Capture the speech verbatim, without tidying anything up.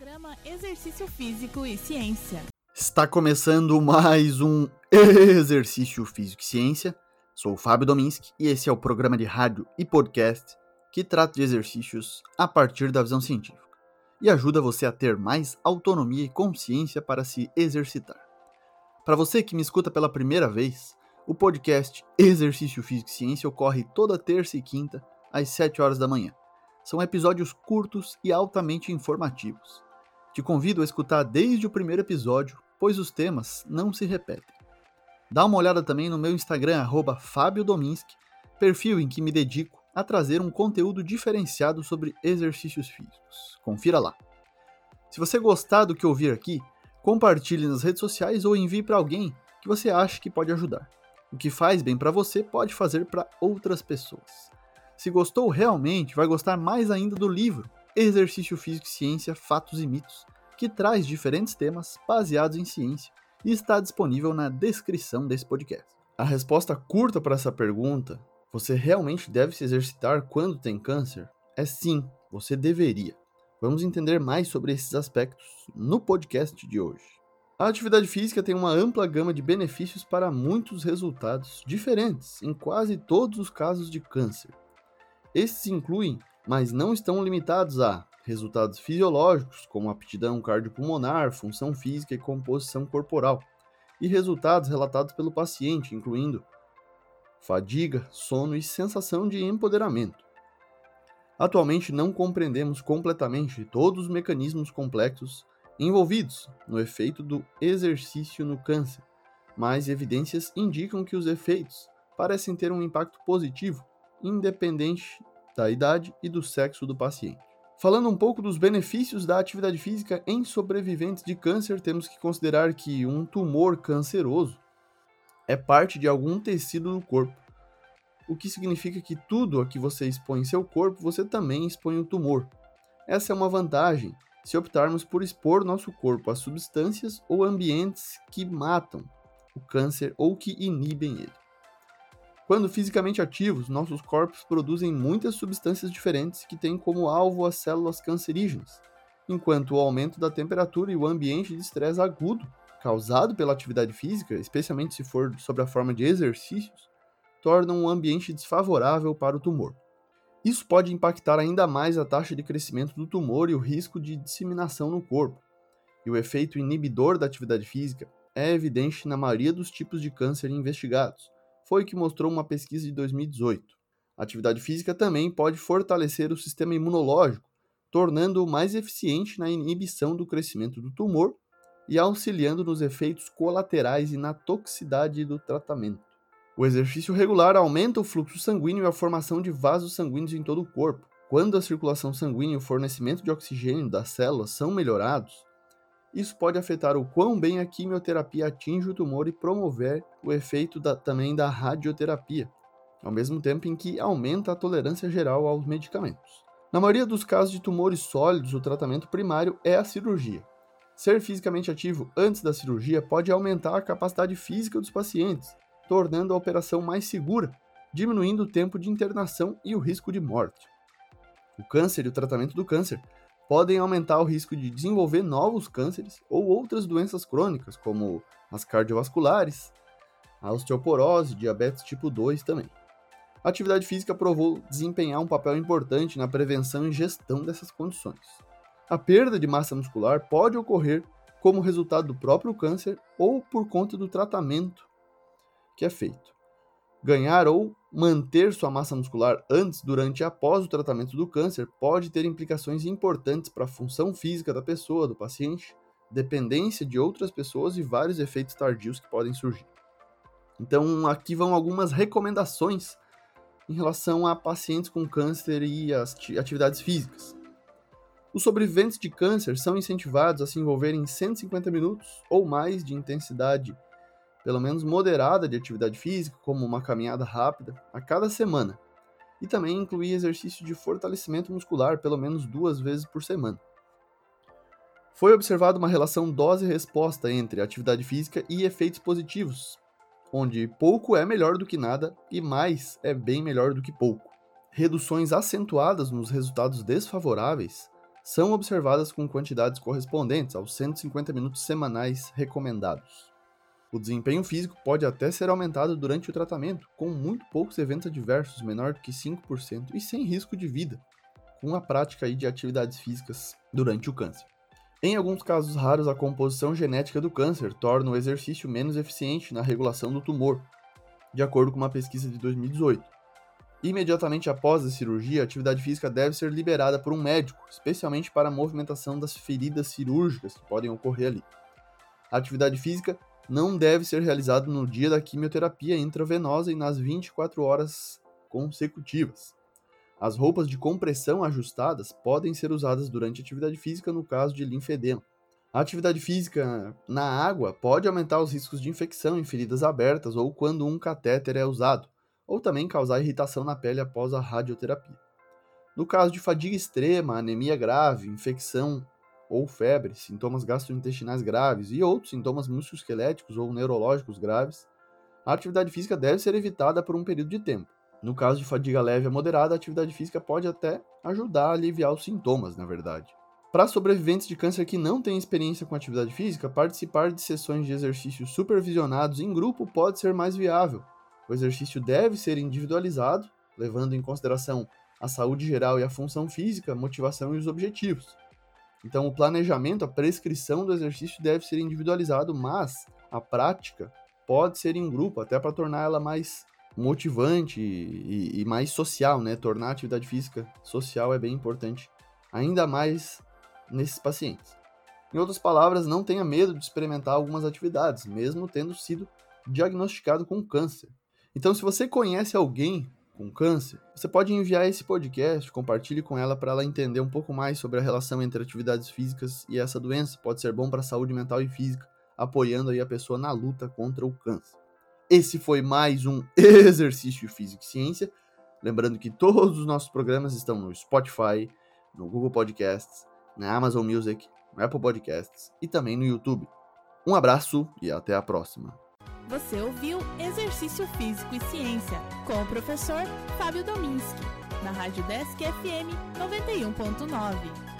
Programa Exercício Físico e Ciência. Está começando mais um Exercício Físico e Ciência. Sou o Fábio Dominski e esse é o programa de rádio e podcast que trata de exercícios a partir da visão científica e ajuda você a ter mais autonomia e consciência para se exercitar. Para você que me escuta pela primeira vez, o podcast Exercício Físico e Ciência ocorre toda terça e quinta às sete horas da manhã. São episódios curtos e altamente informativos. Te convido a escutar desde o primeiro episódio, pois os temas não se repetem. Dá uma olhada também no meu Instagram, arroba Fábio Dominski, perfil em que me dedico a trazer um conteúdo diferenciado sobre exercícios físicos. Confira lá. Se você gostar do que ouvir aqui, compartilhe nas redes sociais ou envie para alguém que você acha que pode ajudar. O que faz bem para você pode fazer para outras pessoas. Se gostou realmente, vai gostar mais ainda do livro Exercício Físico e Ciência, Fatos e Mitos, que traz diferentes temas baseados em ciência e está disponível na descrição desse podcast. A resposta curta para essa pergunta, você realmente deve se exercitar quando tem câncer? É sim, você deveria. Vamos entender mais sobre esses aspectos no podcast de hoje. A atividade física tem uma ampla gama de benefícios para muitos resultados diferentes em quase todos os casos de câncer. Estes incluem, mas não estão limitados a resultados fisiológicos, como aptidão cardiopulmonar, função física e composição corporal, e resultados relatados pelo paciente, incluindo fadiga, sono e sensação de empoderamento. Atualmente não compreendemos completamente todos os mecanismos complexos envolvidos no efeito do exercício no câncer, mas evidências indicam que os efeitos parecem ter um impacto positivo, independente da idade e do sexo do paciente. Falando um pouco dos benefícios da atividade física em sobreviventes de câncer, temos que considerar que um tumor canceroso é parte de algum tecido do corpo, o que significa que tudo a que você expõe seu corpo, você também expõe o tumor. Essa é uma vantagem se optarmos por expor nosso corpo a substâncias ou ambientes que matam o câncer ou que inibem ele. Quando fisicamente ativos, nossos corpos produzem muitas substâncias diferentes que têm como alvo as células cancerígenas, enquanto o aumento da temperatura e o ambiente de estresse agudo, causado pela atividade física, especialmente se for sob a forma de exercícios, tornam um ambiente desfavorável para o tumor. Isso pode impactar ainda mais a taxa de crescimento do tumor e o risco de disseminação no corpo, e o efeito inibidor da atividade física é evidente na maioria dos tipos de câncer investigados. Foi o que mostrou uma pesquisa de dois mil e dezoito. A atividade física também pode fortalecer o sistema imunológico, tornando-o mais eficiente na inibição do crescimento do tumor e auxiliando nos efeitos colaterais e na toxicidade do tratamento. O exercício regular aumenta o fluxo sanguíneo e a formação de vasos sanguíneos em todo o corpo. Quando a circulação sanguínea e o fornecimento de oxigênio das células são melhorados, isso pode afetar o quão bem a quimioterapia atinge o tumor e promover o efeito da, também da radioterapia, ao mesmo tempo em que aumenta a tolerância geral aos medicamentos. Na maioria dos casos de tumores sólidos, o tratamento primário é a cirurgia. Ser fisicamente ativo antes da cirurgia pode aumentar a capacidade física dos pacientes, tornando a operação mais segura, diminuindo o tempo de internação e o risco de morte. O câncer e o tratamento do câncer podem aumentar o risco de desenvolver novos cânceres ou outras doenças crônicas, como as cardiovasculares, a osteoporose, diabetes tipo dois também. A atividade física provou desempenhar um papel importante na prevenção e gestão dessas condições. A perda de massa muscular pode ocorrer como resultado do próprio câncer ou por conta do tratamento que é feito. Ganhar ou manter sua massa muscular antes, durante e após o tratamento do câncer pode ter implicações importantes para a função física da pessoa, do paciente, dependência de outras pessoas e vários efeitos tardios que podem surgir. Então, aqui vão algumas recomendações em relação a pacientes com câncer e as atividades físicas. Os sobreviventes de câncer são incentivados a se envolver em cento e cinquenta minutos ou mais de intensidade pelo menos moderada de atividade física, como uma caminhada rápida, a cada semana, e também incluir exercício de fortalecimento muscular pelo menos duas vezes por semana. Foi observada uma relação dose-resposta entre atividade física e efeitos positivos, onde pouco é melhor do que nada e mais é bem melhor do que pouco. Reduções acentuadas nos resultados desfavoráveis são observadas com quantidades correspondentes aos cento e cinquenta minutos semanais recomendados. O desempenho físico pode até ser aumentado durante o tratamento, com muito poucos eventos adversos, menor do que cinco por cento, e sem risco de vida, com a prática aí de atividades físicas durante o câncer. Em alguns casos raros, a composição genética do câncer torna o exercício menos eficiente na regulação do tumor, de acordo com uma pesquisa de dois mil e dezoito. Imediatamente após a cirurgia, a atividade física deve ser liberada por um médico, especialmente para a movimentação das feridas cirúrgicas que podem ocorrer ali. A atividade física não deve ser realizada no dia da quimioterapia intravenosa e nas vinte e quatro horas consecutivas. As roupas de compressão ajustadas podem ser usadas durante a atividade física no caso de linfedema. A atividade física na água pode aumentar os riscos de infecção em feridas abertas ou quando um catéter é usado, ou também causar irritação na pele após a radioterapia. No caso de fadiga extrema, anemia grave, infecção ou febre, sintomas gastrointestinais graves e outros sintomas musculoesqueléticos ou neurológicos graves, a atividade física deve ser evitada por um período de tempo. No caso de fadiga leve a moderada, a atividade física pode até ajudar a aliviar os sintomas, na verdade. Para sobreviventes de câncer que não têm experiência com atividade física, participar de sessões de exercícios supervisionados em grupo pode ser mais viável. O exercício deve ser individualizado, levando em consideração a saúde geral e a função física, a motivação e os objetivos. Então, o planejamento, a prescrição do exercício deve ser individualizado, mas a prática pode ser em grupo, até para tornar ela mais motivante e, e mais social, né? Tornar a atividade física social é bem importante, ainda mais nesses pacientes. Em outras palavras, não tenha medo de experimentar algumas atividades, mesmo tendo sido diagnosticado com câncer. Então, se você conhece alguém com câncer, você pode enviar esse podcast, compartilhe com ela para ela entender um pouco mais sobre a relação entre atividades físicas e essa doença. Pode ser bom para a saúde mental e física, apoiando aí a pessoa na luta contra o câncer. Esse foi mais um Exercício Físico e Ciência. Lembrando que todos os nossos programas estão no Spotify, no Google Podcasts, na Amazon Music, no Apple Podcasts e também no YouTube. Um abraço e até a próxima. Você ouviu Exercício Físico e Ciência com o professor Fábio Dominski, na Rádio Desk F M noventa e um ponto nove.